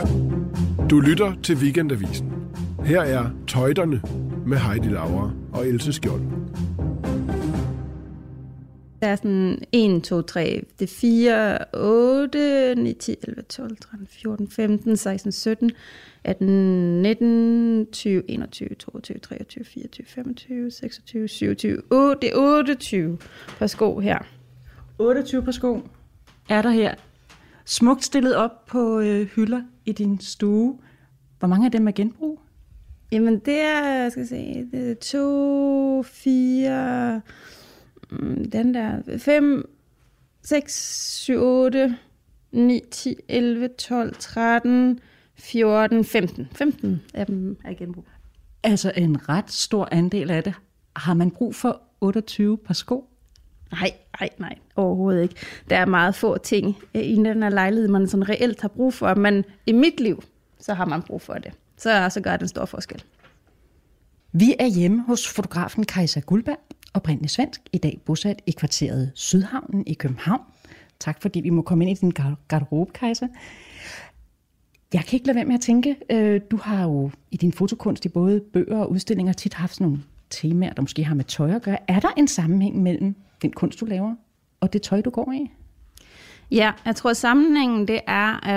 Du lytter til Weekendavisen. Her er Tøjderne med Heidi Laura og Else Skjold. Der er sådan 1, 2, 3, det er 4, 8, 9, 10, 11, 12, 13, 14, 15, 16, 17, 18, 19, 20, 21, 22, 23, 24, 25, 26, 27, 8, det er 28 par sko her. 28 par sko er der her. Smukt stillet op på hylder i din stue. Hvor mange af dem er genbrug? Jamen det er, skal jeg se, det er 2, 4, den der, 5, 6, 7, 8, 9, 10, 11, 12, 13, 14, 15. 15 af dem er genbrug. Altså en ret stor andel af det. Har man brug for 28 par sko? Nej, overhovedet ikke. Der er meget få ting i den her lejlighed, man sådan reelt har brug for, men i mit liv, så har man brug for det. Så gør det en stor forskel. Vi er hjemme hos fotografen Kajsa Guldberg, oprindelig svensk, i dag bosat i kvarteret Sydhavnen i København. Tak fordi vi må komme ind i din garderobe, Kajsa. Jeg kan ikke lade være med at tænke, du har jo i din fotokunst i både bøger og udstillinger tit haft sådan nogle temaer, der måske har med tøj at gøre. Er der en sammenhæng mellem den kunst, du laver, og det tøj, du går i? Ja, jeg tror, at sammenhængen det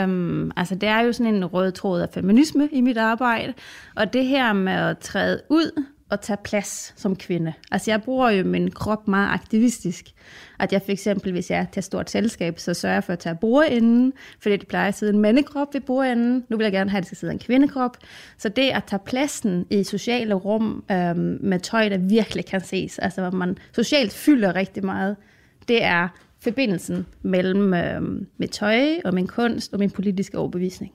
er jo sådan en rød tråd af feminisme i mit arbejde, og det her med at træde ud og tage plads som kvinde. Altså jeg bruger jo min krop meget aktivistisk. At jeg for eksempel, hvis jeg er til et stort selskab, så sørger jeg for at tage bordenden, fordi det plejer at sidde en mandekrop ved bordenden. Nu vil jeg gerne have, at det skal sidde en kvindekrop. Så det at tage pladsen i sociale rum med tøj, der virkelig kan ses, altså hvor man socialt fylder rigtig meget, det er forbindelsen mellem mit tøj og min kunst og min politiske overbevisning.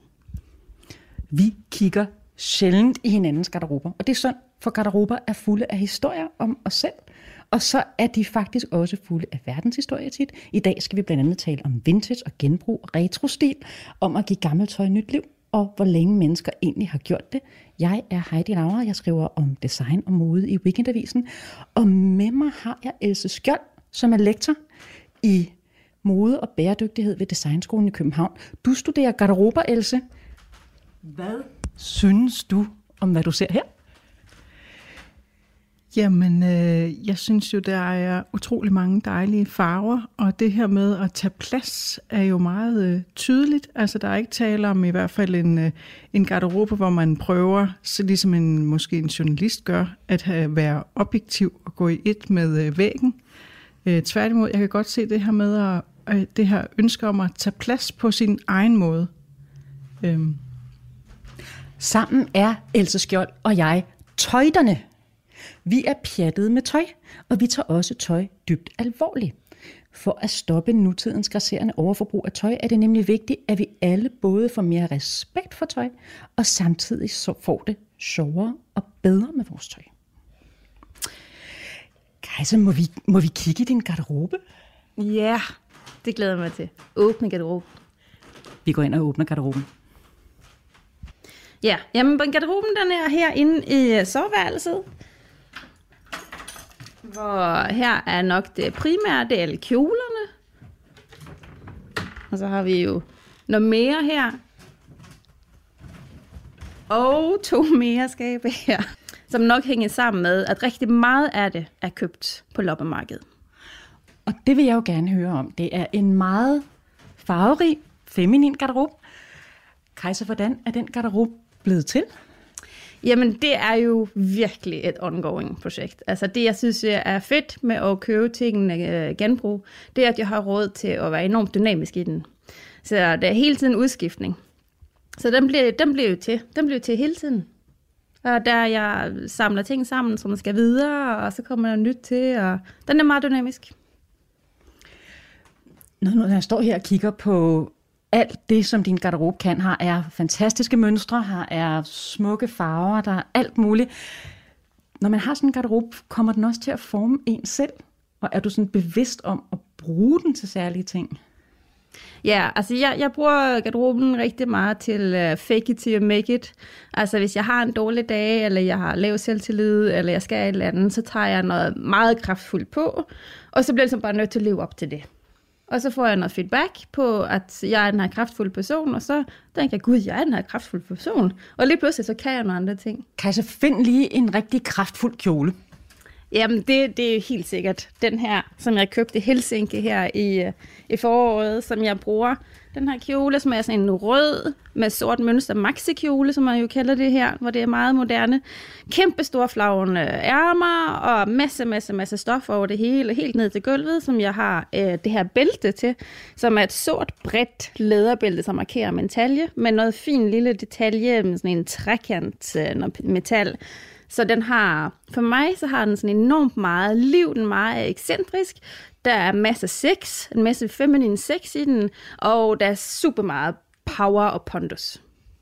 Vi kigger sjældent i hinandens garderober, og det er sådan, for garderober er fulde af historier om os selv, og så er de faktisk også fulde af verdenshistorie tit. I dag skal vi blandt andet tale om vintage og genbrug og retrostil, om at give gammelt tøj nyt liv, og hvor længe mennesker egentlig har gjort det. Jeg er Heidi Laura, jeg skriver om design og mode i Weekendavisen, og med mig har jeg Else Skjold, som er lektor i mode og bæredygtighed ved Designskolen i København. Du studerer garderober, Else. Hvad synes du om, hvad du ser her? Jamen, jeg synes jo, der er utrolig mange dejlige farver, og det her med at tage plads er jo meget tydeligt. Altså, der er ikke tale om i hvert fald en garderobe, hvor man prøver, så ligesom måske en journalist gør, at være objektiv og gå i et med væggen. Tværtimod, jeg kan godt se det her med det her ønske om at tage plads på sin egen måde. Sammen er Else Skjold og jeg tøjderne. Vi er pjattede med tøj, og vi tager også tøj dybt alvorligt. For at stoppe nutidens grasserende overforbrug af tøj, er det nemlig vigtigt, at vi alle både får mere respekt for tøj, og samtidig så får det sjovere og bedre med vores tøj. Kajsa, må vi kigge i din garderobe? Ja, det glæder jeg mig til. Åbne garderoben. Vi går ind og åbner garderoben. Ja, jamen garderoben den er herinde i soveværelset. Hvor her er nok det primære, det er alle kjolerne. Og så har vi jo noget mere her. Og 2 mere skabe her. Som nok hænger sammen med, at rigtig meget af det er købt på loppemarkedet. Og det vil jeg jo gerne høre om. Det er en meget farverig, feminin garderobe. Kajsa, hvordan er den garderobe blevet til? Jamen, det er jo virkelig et ongoing projekt. Altså det, jeg synes er fedt med at købe tingene genbrug, det er, at jeg har råd til at være enormt dynamisk i den. Så der er hele tiden udskiftning. Så den bliver jo til. Den bliver til hele tiden. Og der jeg samler ting sammen, som skal videre, og så kommer der nyt til, og den er meget dynamisk. Når jeg står her og kigger på alt det, som din garderobe kan, her er fantastiske mønstre, her er smukke farver, der er alt muligt. Når man har sådan en garderobe, kommer den også til at forme en selv? Og er du sådan bevidst om at bruge den til særlige ting? Ja, altså jeg bruger garderoben rigtig meget til fake it till you make it. Altså hvis jeg har en dårlig dag, eller jeg har lav selvtillid, eller jeg skal et eller andet, så tager jeg noget meget kraftfuldt på, og så bliver jeg ligesom bare nødt til at leve op til det. og så får jeg noget feedback på, at jeg er den her kraftfulde person, og så tænker jeg, gud, jeg er den her kraftfulde person. Og lige pludselig, så kan jeg nogle andre ting. Kajsa, find lige en rigtig kraftfuld kjole. Jamen, det er helt sikkert den her, som jeg købte i Helsinki her i foråret, som jeg bruger. Den her kjole, som er sådan en rød med sort mønster maxi-kjole, som man jo kalder det her, hvor det er meget moderne. Kæmpe store flagrende ærmer og masse stof over det hele, helt ned til gulvet, som jeg har det her bælte til, som er et sort, bredt læderbælte, som markerer min talje, med noget fin lille detalje, med sådan en trekant metal. Så den har, for mig, så har den sådan enormt meget liv, den er meget ekscentrisk. Der er masser af sex, en masse feminin sex i den, og der er super meget power og pondus.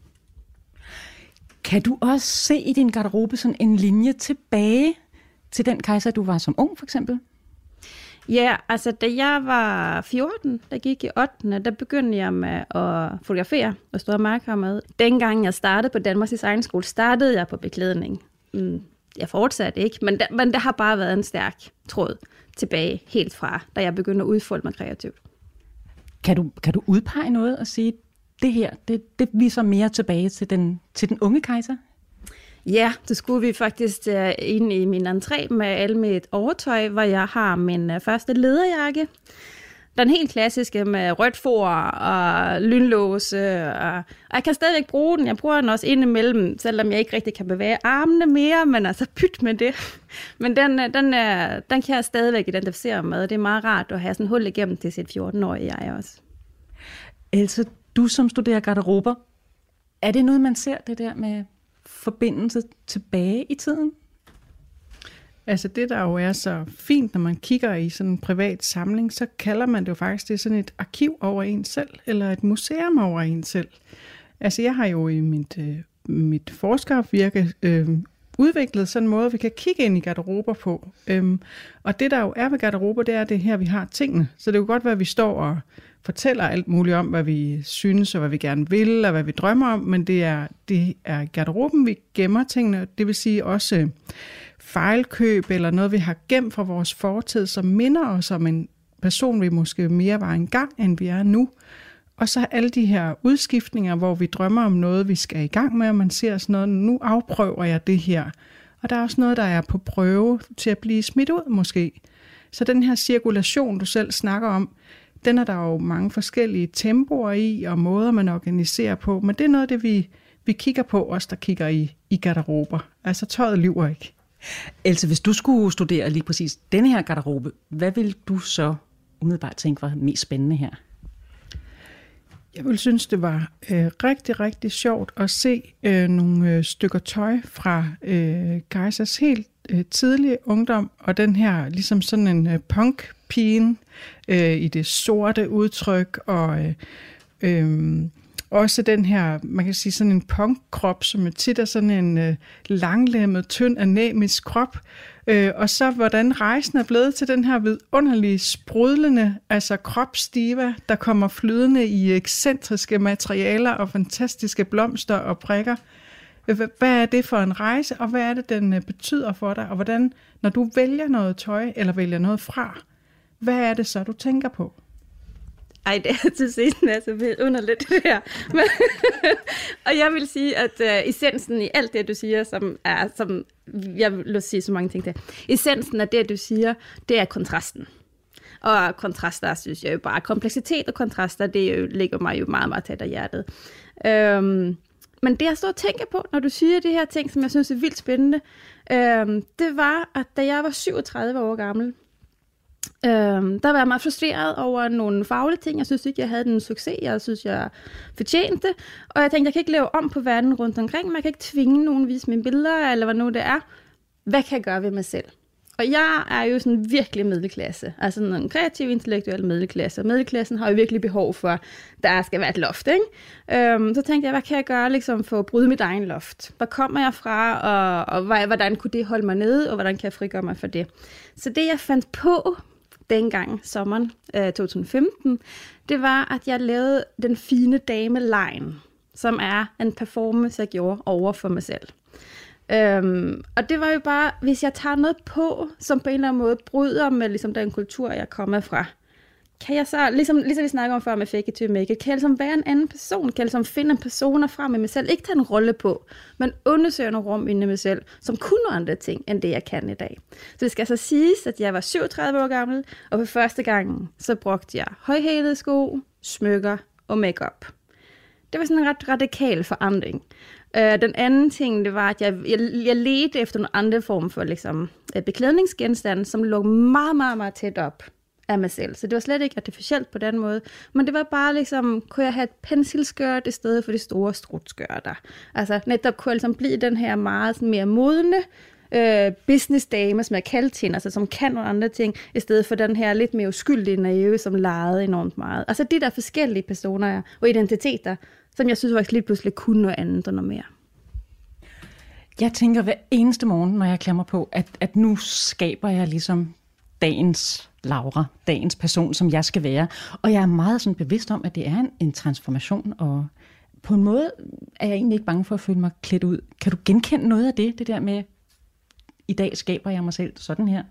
Kan du også se i din garderobe sådan en linje tilbage til den Kajsa, du var som ung, for eksempel? Ja, altså da jeg var 14, der gik i 8. der begyndte jeg med at fotografere og stå og markere med. Dengang jeg startede på Danmarks Designskole, startede jeg på beklædning. Jeg fortsatte ikke, men der har bare været en stærk tråd tilbage helt fra, da jeg begyndte at udfolde mig kreativt. Kan du udpege noget og sige, det her, det viser mere tilbage til den unge Kajsa? Ja, så skulle vi faktisk ind i min entré med alt mit overtøj, hvor jeg har min første lederjakke. Den helt klassiske med rødt for og lynlåse, og jeg kan stadigvæk bruge den. Jeg bruger den også indimellem, selvom jeg ikke rigtig kan bevæge armene mere, men altså pyt med det. Men den kan jeg stadigvæk identificere med. Det er meget rart at have sådan hul igennem til sit 14-årige jeg også. Else, du som studerer garderober, er det noget, man ser det der med forbindelse tilbage i tiden? Altså det, der jo er så fint, når man kigger i sådan en privat samling, så kalder man det jo faktisk, det er sådan et arkiv over en selv, eller et museum over en selv. Altså jeg har jo i mit forskervirke udviklet sådan en måde, vi kan kigge ind i garderober på. Og det, der jo er ved garderober, det er det her, vi har tingene. Så det kan godt være, at vi står og fortæller alt muligt om, hvad vi synes, og hvad vi gerne vil, og hvad vi drømmer om, men det er garderoben, vi gemmer tingene. Det vil sige også fejlkøb, eller noget, vi har gemt fra vores fortid, som minder os om en person, vi måske mere var engang, end vi er nu. Og så alle de her udskiftninger, hvor vi drømmer om noget, vi skal i gang med, og man ser sådan noget, nu afprøver jeg det her. Og der er også noget, der er på prøve til at blive smidt ud måske. Så den her cirkulation, du selv snakker om, den er der jo mange forskellige tempoer i, og måder, man organiserer på. Men det er noget af det, vi kigger på, os der kigger i garderober. Altså tøjet lyver ikke. Else, hvis du skulle studere lige præcis denne her garderobe, hvad vil du så umiddelbart tænke var mest spændende her? Jeg ville synes, det var rigtig, rigtig sjovt at se nogle stykker tøj fra Kajsas helt tidlige ungdom, og den her ligesom sådan en punk-pigen i det sorte udtryk, og også den her, man kan sige sådan en punk-krop, som tit er sådan en langlemmet, tynd, anemisk krop. Og så hvordan rejsen er blevet til den her vidunderlige, sprudlende, altså kropsdiva, der kommer flydende i ekscentriske materialer og fantastiske blomster og prikker. Hvad er det for en rejse, og hvad er det, den betyder for dig? Og hvordan, når du vælger noget tøj, eller vælger noget fra, hvad er det så, du tænker på? Ej, det er til scenen er så vildt underligt det her. Og jeg vil sige, at essensen i alt det, du siger, som jeg vil sige så mange ting til, essensen af det, du siger, det er kontrasten. Og kontraster, synes jeg jo bare, kompleksitet og kontraster, det ligger mig jo meget, meget tæt af hjertet. Men det, jeg står og tænker på, når du siger de her ting, som jeg synes er vildt spændende, det var, at da jeg var 37 år gammel, der var jeg meget frustreret over nogle faglige ting. Jeg synes ikke, jeg havde den succes, jeg synes, jeg fortjente. Og jeg tænkte, jeg kan ikke lave om på verden rundt omkring, men jeg kan ikke tvinge nogen at vise mine billeder, eller hvad nu det er. Hvad kan jeg gøre ved mig selv? Og jeg er jo sådan virkelig middelklasse, altså en kreativ, intellektuel middelklasse. Og middelklassen har jo virkelig behov for, der skal være et loft, ikke? Så tænkte jeg, hvad kan jeg gøre liksom, for at bryde mit egen loft? Hvor kommer jeg fra, og hvordan kunne det holde mig nede, og hvordan kan jeg frigøre mig for det? Så det, jeg fandt på dengang, sommeren 2015, det var, at jeg lavede den fine dame line, som er en performance, jeg gjorde over for mig selv. Og det var jo bare, hvis jeg tager noget på, som på en eller anden måde bryder med ligesom den kultur, jeg kommer fra, kan jeg så, ligesom vi snakker om før med fake it to make it, kan jeg ligesom være en anden person, kan jeg ligesom finde en personer frem i mig selv, ikke tage en rolle på, men undersøge nogle rum inde i mig selv, som kunne nogle andre ting, end det jeg kan i dag. Så det skal så siges, at jeg var 37 år gammel, og for første gang, så brugte jeg højhælede sko, smykker og makeup. Det var sådan en ret radikal forandring. Den anden ting, det var, at jeg ledte efter nogle andre former for liksom, beklædningsgenstande, som lå meget, meget, meget tæt op af mig selv. Så det var slet ikke artificielt på den måde. Men det var bare liksom, kunne jeg have et penselskørt i stedet for de store strutskørter. Altså netop kunne jeg liksom blive den her meget sådan, mere modne business-dame, som jeg kaldte hende, altså som kan nogle andre ting, i stedet for den her lidt mere uskyldige naive, som legede enormt meget. Altså de der forskellige personer og identiteter, som jeg synes faktisk lige pludselig kunne noget andet og noget mere. Jeg tænker hver eneste morgen, når jeg klemmer på, at nu skaber jeg ligesom dagens Laura, dagens person, som jeg skal være. Og jeg er meget sådan bevidst om, at det er en transformation, og på en måde er jeg egentlig ikke bange for at føle mig klædt ud. Kan du genkende noget af det der med, i dag skaber jeg mig selv sådan her?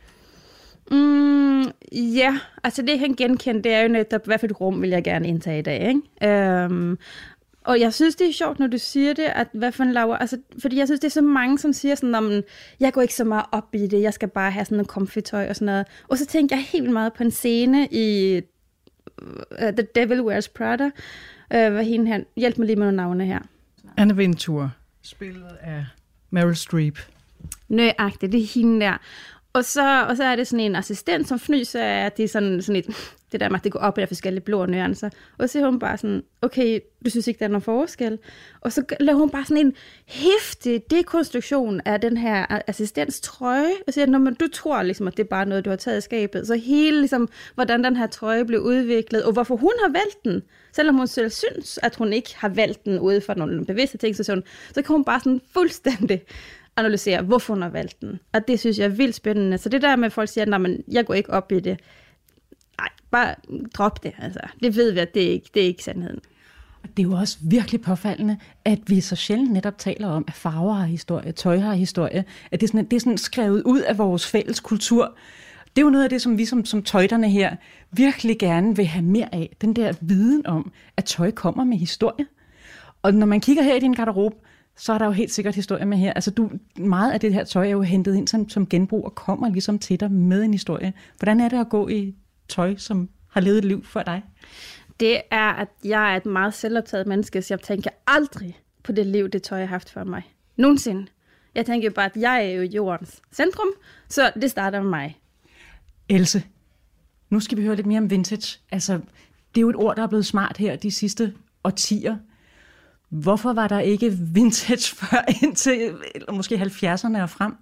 Ja, altså det jeg kan genkende, det er jo netop, hvad for et rum vil jeg gerne indtage i dag, ikke? Og jeg synes, det er sjovt, når du siger det, at hvad for en Laura, altså, fordi jeg synes, det er så mange, som siger sådan, at jeg går ikke så meget op i det, jeg skal bare have sådan en comfy-tøj og sådan noget. Og så tænker jeg helt meget på en scene i The Devil Wears Prada. Hvad hende her? Hjælp mig lige med nogle navne her. Anna Wintour, spillet af Meryl Streep. Nøjagtigt, det er hende der. Og så er det sådan en assistent, som fnyser af, at det er sådan et, det der med, at det går op i de forskellige blå nuancer. Og så er hun bare sådan, okay, du synes ikke, der er nogen forskel? Og så laver hun bare sådan en hæftig dekonstruktion af den her assistents trøje, og siger, men du tror ligesom, at det er bare noget, du har taget i skabet. Så hele ligesom, hvordan den her trøje blev udviklet, og hvorfor hun har valgt den, selvom hun selv synes, at hun ikke har valgt den ude fra nogle bevidste ting, så kan hun bare sådan fuldstændig analysere, hvorfor hun har valgt den. Og det synes jeg er vildt spændende. Så det der med, at folk siger, at jeg går ikke op i det. Nej, bare drop det. Altså. Det ved vi, at det er ikke sandheden. Og det er jo også virkelig påfaldende, at vi så sjældent netop taler om, at farver har historie, tøj har historie, at det er sådan skrevet ud af vores fælles kultur. Det er jo noget af det, som vi som tøjderne her virkelig gerne vil have mere af. Den der viden om, at tøj kommer med historie. Og når man kigger her i din garderobe, så er der jo helt sikkert historie med her. Altså meget af det her tøj er jo hentet ind som genbrug og kommer ligesom til dig med en historie. Hvordan er det at gå i tøj, som har levet et liv for dig? Det er, at jeg er et meget selvoptaget menneske, så jeg tænker aldrig på det liv, det tøj har haft for mig. Nogensinde. Jeg tænker bare, at jeg er jo jordens centrum, så det starter med mig. Else, nu skal vi høre lidt mere om vintage. Altså, det er jo et ord, der er blevet smart her de sidste årtier. Hvorfor var der ikke vintage før indtil måske 70'erne og frem?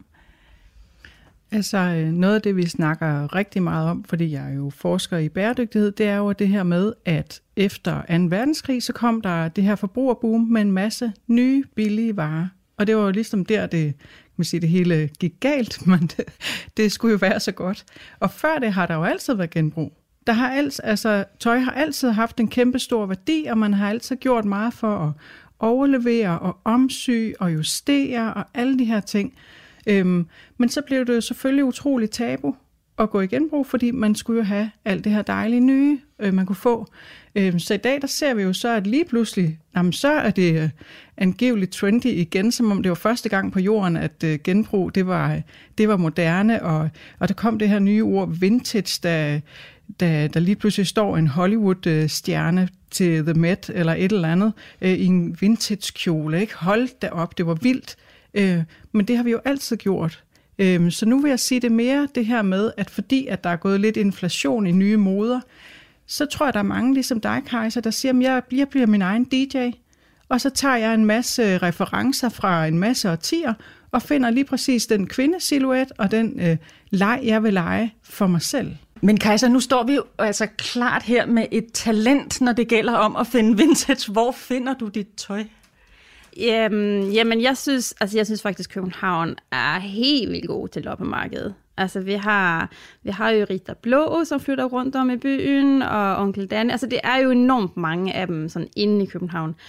Altså noget af det, vi snakker rigtig meget om, fordi jeg er jo forsker i bæredygtighed, det er jo det her med, at efter 2. verdenskrig, så kom der det her forbrugerboom med en masse nye, billige varer. Og det var jo ligesom der, det hele gik galt, men det skulle jo være så godt. Og før det har der jo altid været genbrug. Tøj har altid haft en kæmpe stor værdi, og man har altid gjort meget for at overlevere og omsy og justere og alle de her ting. Men så blev det jo selvfølgelig utroligt tabu at gå i genbrug, fordi man skulle jo have alt det her dejlige nye, man kunne få. Så i dag, der ser vi jo så, at lige pludselig, så er det angiveligt trendy igen, som om det var første gang på jorden, at genbrug, det var moderne, og der kom det her nye ord vintage, der lige pludselig står en Hollywood-stjerne til The Met eller et eller andet i en vintage-kjole. Ikke? Hold da op, det var vildt. Men det har vi jo altid gjort. Så nu vil jeg sige det mere, det her med, at fordi at der er gået lidt inflation i nye moder, så tror jeg, der er mange, ligesom dig, Kajsa, der siger, at jeg bliver min egen DJ, og så tager jeg en masse referencer fra en masse årtier, og finder lige præcis den kvindesilhuet og den leg, jeg vil lege for mig selv. Men Kajsa, nu står vi jo altså klart her med et talent, når det gælder om at finde vintage. Hvor finder du dit tøj? Jamen, jeg synes faktisk, København er helt vildt god til loppemarkedet. Altså, vi har jo Rita Blå, som flytter rundt om i byen, og Onkel Dan. Altså, det er jo enormt mange af dem sådan inde i København.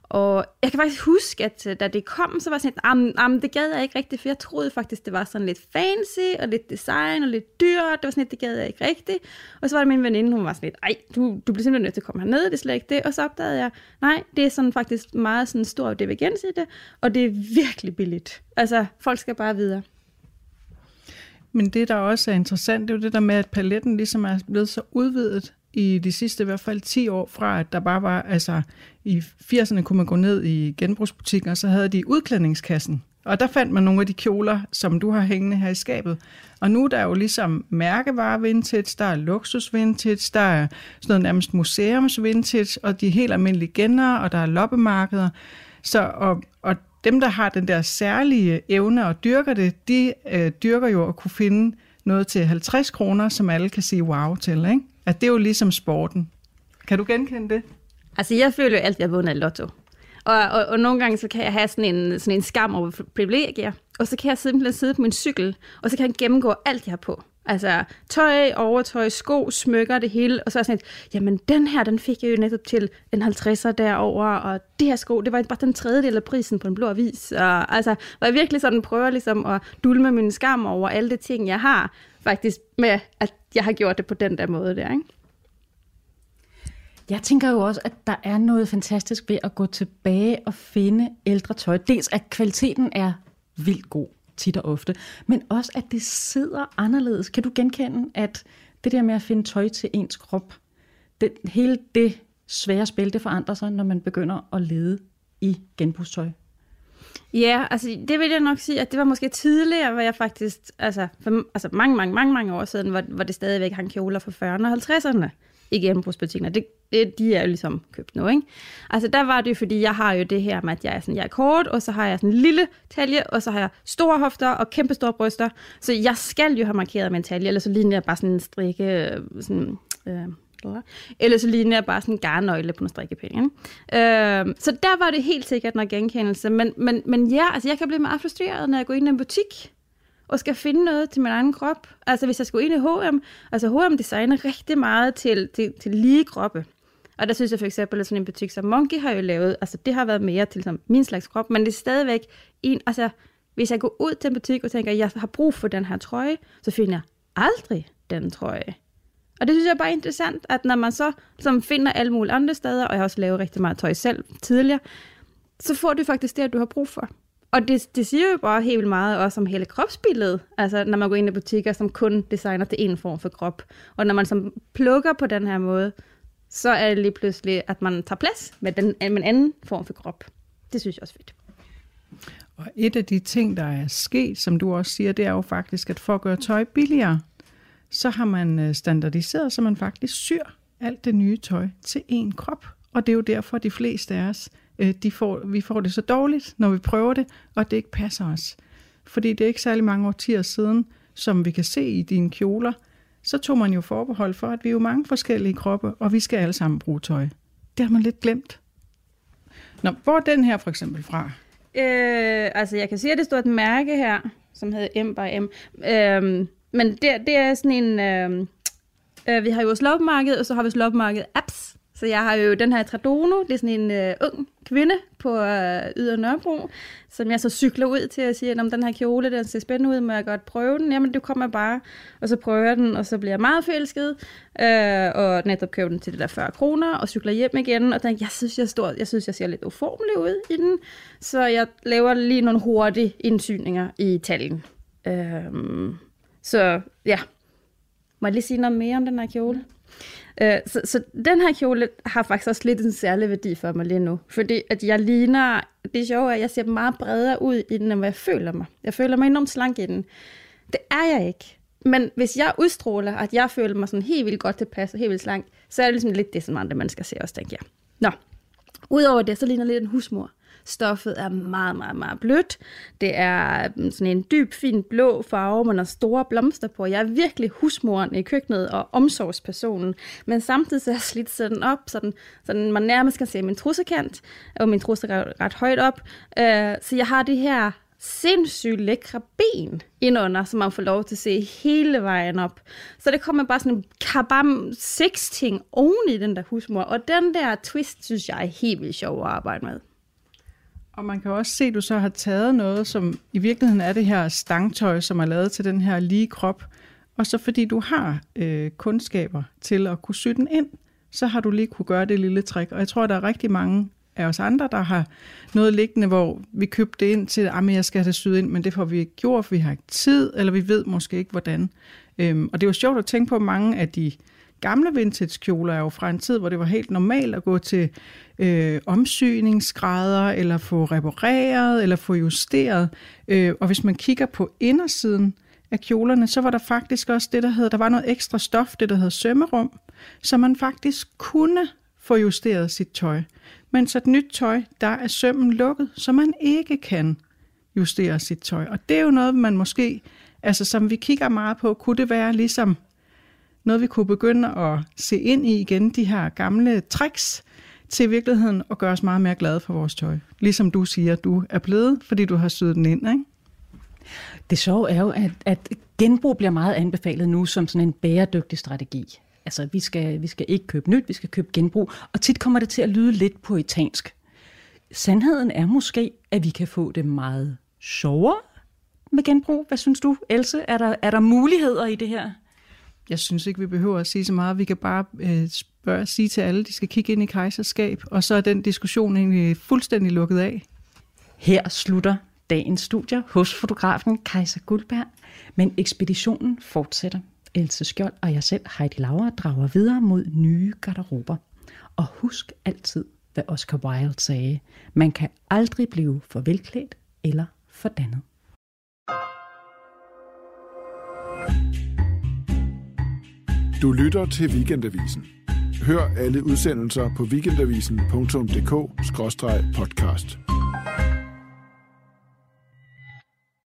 Og jeg kan faktisk huske, at da det kom, så var jeg sådan, det gad jeg ikke rigtigt, for jeg troede faktisk, det var sådan lidt fancy, og lidt design, og lidt dyrt. Det var sådan lidt, det gad jeg ikke rigtigt. Og så var det min veninde, hun var sådan lidt, ej, du bliver simpelthen nødt til at komme herned, det er slet ikke det. Og så opdagede jeg, nej, det er sådan faktisk meget sådan stor divergens i det, og det er virkelig billigt. Altså, folk skal bare videre. Men det, der også er interessant, det er jo det der med, at paletten ligesom er blevet så udvidet i de sidste i hvert fald 10 år fra, at der bare var, altså i 80'erne kunne man gå ned i genbrugsbutikker, og så havde de udklædningskassen. Og der fandt man nogle af de kjoler, som du har hængende her i skabet. Og nu er der jo ligesom mærkevare vintage, der er luksus vintage, der er sådan noget nærmest museums vintage, og de er helt almindelige gener, og der er loppemarkeder. Så, og dem, der har den der særlige evne og dyrker det, de dyrker jo at kunne finde noget til 50 kroner, som alle kan sige wow til, ikke? At det er jo ligesom sporten. Kan du genkende det? Altså, jeg føler jo altid, at jeg har vundet i lotto. Og nogle gange, så kan jeg have sådan en skam over privilegier, og så kan jeg simpelthen sidde på min cykel, og så kan jeg gennemgå alt, jeg har på. Altså, tøj, overtøj, sko, smykker, det hele, og så er sådan et, jamen den her, den fik jeg jo netop til en 50'er derover, og det her sko, det var bare den tredjedel af prisen på en blå avis. Og altså, hvor jeg virkelig sådan prøver ligesom at dulme min skam over alle de ting, jeg har, faktisk med, at jeg har gjort det på den der måde der, ikke? Jeg tænker jo også, at der er noget fantastisk ved at gå tilbage og finde ældre tøj. Dels at kvaliteten er vildt god, tit og ofte, men også at det sidder anderledes. Kan du genkende, at det der med at finde tøj til ens krop, hele det svære spil, det forandrer sig, når man begynder at lede i genbrugstøj? Ja, altså det vil jeg nok sige, at det var måske tidligere, hvor jeg faktisk, altså mange år siden, hvor det stadigvæk hang kjoler fra 40'erne og 50'erne i genbrugsbutikker. De er jo ligesom købt nu, ikke? Altså der var det jo, fordi jeg har jo det her med, at jeg er kort, og så har jeg sådan en lille talje, og så har jeg store hofter og kæmpe store bryster. Så jeg skal jo have markeret med en talje, eller så ligner jeg bare sådan en strikke, eller så ligner jeg bare sådan en garnnøgle på en strikkepinde. Så der var det helt sikkert noget genkendelse. Men ja, altså jeg kan blive meget frustreret, når jeg går ind i en butik og skal finde noget til min egen krop. Altså hvis jeg skal ind i H&M, altså H&M designer rigtig meget til lige kroppe. Og der synes jeg for eksempel, at sådan en butik som Monkey har jo lavet, altså det har været mere til som min slags krop, men det er stadigvæk altså hvis jeg går ud til en butik og tænker, at jeg har brug for den her trøje, så finder jeg aldrig den trøje. Og det synes jeg er bare interessant, at når man så som finder alle mulige andre steder, og jeg har også lavet rigtig meget tøj selv tidligere, så får du faktisk det, du har brug for. Og det siger jo bare helt meget også om hele kropsbilledet, altså når man går ind i butikker, som kun designer til en form for krop. Og når man som plukker på den her måde, så er det lige pludselig, at man tager plads med en anden form for krop. Det synes jeg også fedt. Og et af de ting, der er sket, som du også siger, det er jo faktisk, at for at gøre tøj billigere, så har man standardiseret, så man faktisk syr alt det nye tøj til én krop. Og det er jo derfor, de fleste af os, vi får det så dårligt, når vi prøver det, og det ikke passer os. Fordi det er ikke særlig mange årtier siden, som vi kan se i dine kjoler, så tog man jo forbehold for, at vi er jo mange forskellige kroppe, og vi skal alle sammen bruge tøj. Det har man lidt glemt. Nå, hvor er den her for eksempel fra? Altså jeg kan sige, at det står et mærke her, som hedder M by M. Men det er sådan en... vi har jo vores loppemarked, og så har vi vores loppemarked apps. Så jeg har jo den her Tradono, det er sådan en ung kvinde på Ydre Nørrebro, som jeg så cykler ud til at sige, at den her kjole, den ser spændende ud, må jeg godt prøve den? Jamen, du kommer bare, og så prøver jeg den, og så bliver jeg meget forelsket, og netop køber den til det der 40 kroner, og cykler hjem igen, og tænker, jeg synes, jeg ser lidt uformelig ud i den, så jeg laver lige nogle hurtige indsygninger i taljen. Så ja, må jeg lige sige noget mere om den her kjole? Så den her kjole har faktisk også lidt en særlig værdi for mig lige nu, fordi at jeg ligner, det er sjovt, at jeg ser meget bredere ud i den, end hvad jeg føler mig. Jeg føler mig enormt slank i den. Det er jeg ikke. Men hvis jeg udstråler, at jeg føler mig sådan helt vildt godt tilpas og helt vildt slank, så er det ligesom lidt det, som andre mennesker ser også, tænker jeg. Nå, udover det, så ligner lidt en husmor. Stoffet er meget, meget, meget blødt. Det er sådan en dyb, fin blå farve, man har store blomster på. Jeg er virkelig husmoren i køkkenet og omsorgspersonen. Men samtidig så er jeg slidt sådan op, sådan man nærmest kan se min trussekant, og min trusse er ret højt op. Så jeg har det her sindssygt lækre ben indunder, som man får lov til at se hele vejen op. Så det kommer bare sådan en kabam 6 ting oven i den der husmor. Og den der twist, synes jeg er helt vildt sjov at arbejde med. Og man kan også se, at du så har taget noget, som i virkeligheden er det her stangtøj, som er lavet til den her lige krop. Og så fordi du har kundskaber til at kunne sy den ind, så har du lige kunne gøre det lille trick. Og jeg tror, der er rigtig mange af os andre, der har noget liggende, hvor vi købte det ind til, at jeg skal have det syet ind, men det får vi ikke gjort, for vi har ikke tid, eller vi ved måske ikke, hvordan. Og det er jo sjovt at tænke på, mange af de gamle vintage-kjoler er jo fra en tid, hvor det var helt normalt at gå til omsyningsgrader, eller få repareret, eller få justeret. Og hvis man kigger på indersiden af kjolerne, så var der faktisk også det, der var noget ekstra stof, det der hedder sømmerum, så man faktisk kunne få justeret sit tøj. Men så et nyt tøj, der er sømmen lukket, så man ikke kan justere sit tøj. Og det er jo noget, man måske, altså som vi kigger meget på, kunne det være ligesom noget, vi kunne begynde at se ind i igen, de her gamle tricks, til virkeligheden at gøre os meget mere glade for vores tøj. Ligesom du siger, du er blevet, fordi du har syet den ind, ikke? Det sjove er jo, at genbrug bliver meget anbefalet nu som sådan en bæredygtig strategi. Altså, vi skal ikke købe nyt, vi skal købe genbrug, og tit kommer det til at lyde lidt poetansk. Sandheden er måske, at vi kan få det meget sjovere med genbrug. Hvad synes du, Else? Er der muligheder i det her? Jeg synes ikke, vi behøver at sige så meget. Vi kan bare sige til alle, de skal kigge ind i Kejserskab, og så er den diskussion egentlig fuldstændig lukket af. Her slutter dagens studier hos fotografen Kajsa Guldberg, men ekspeditionen fortsætter. Else Skjold og jeg selv, Heidi Laura, drager videre mod nye garderober. Og husk altid, hvad Oscar Wilde sagde. Man kan aldrig blive for velklædt eller for dannet. Du lytter til Weekendavisen. Hør alle udsendelser på weekendavisen.dk/podcast.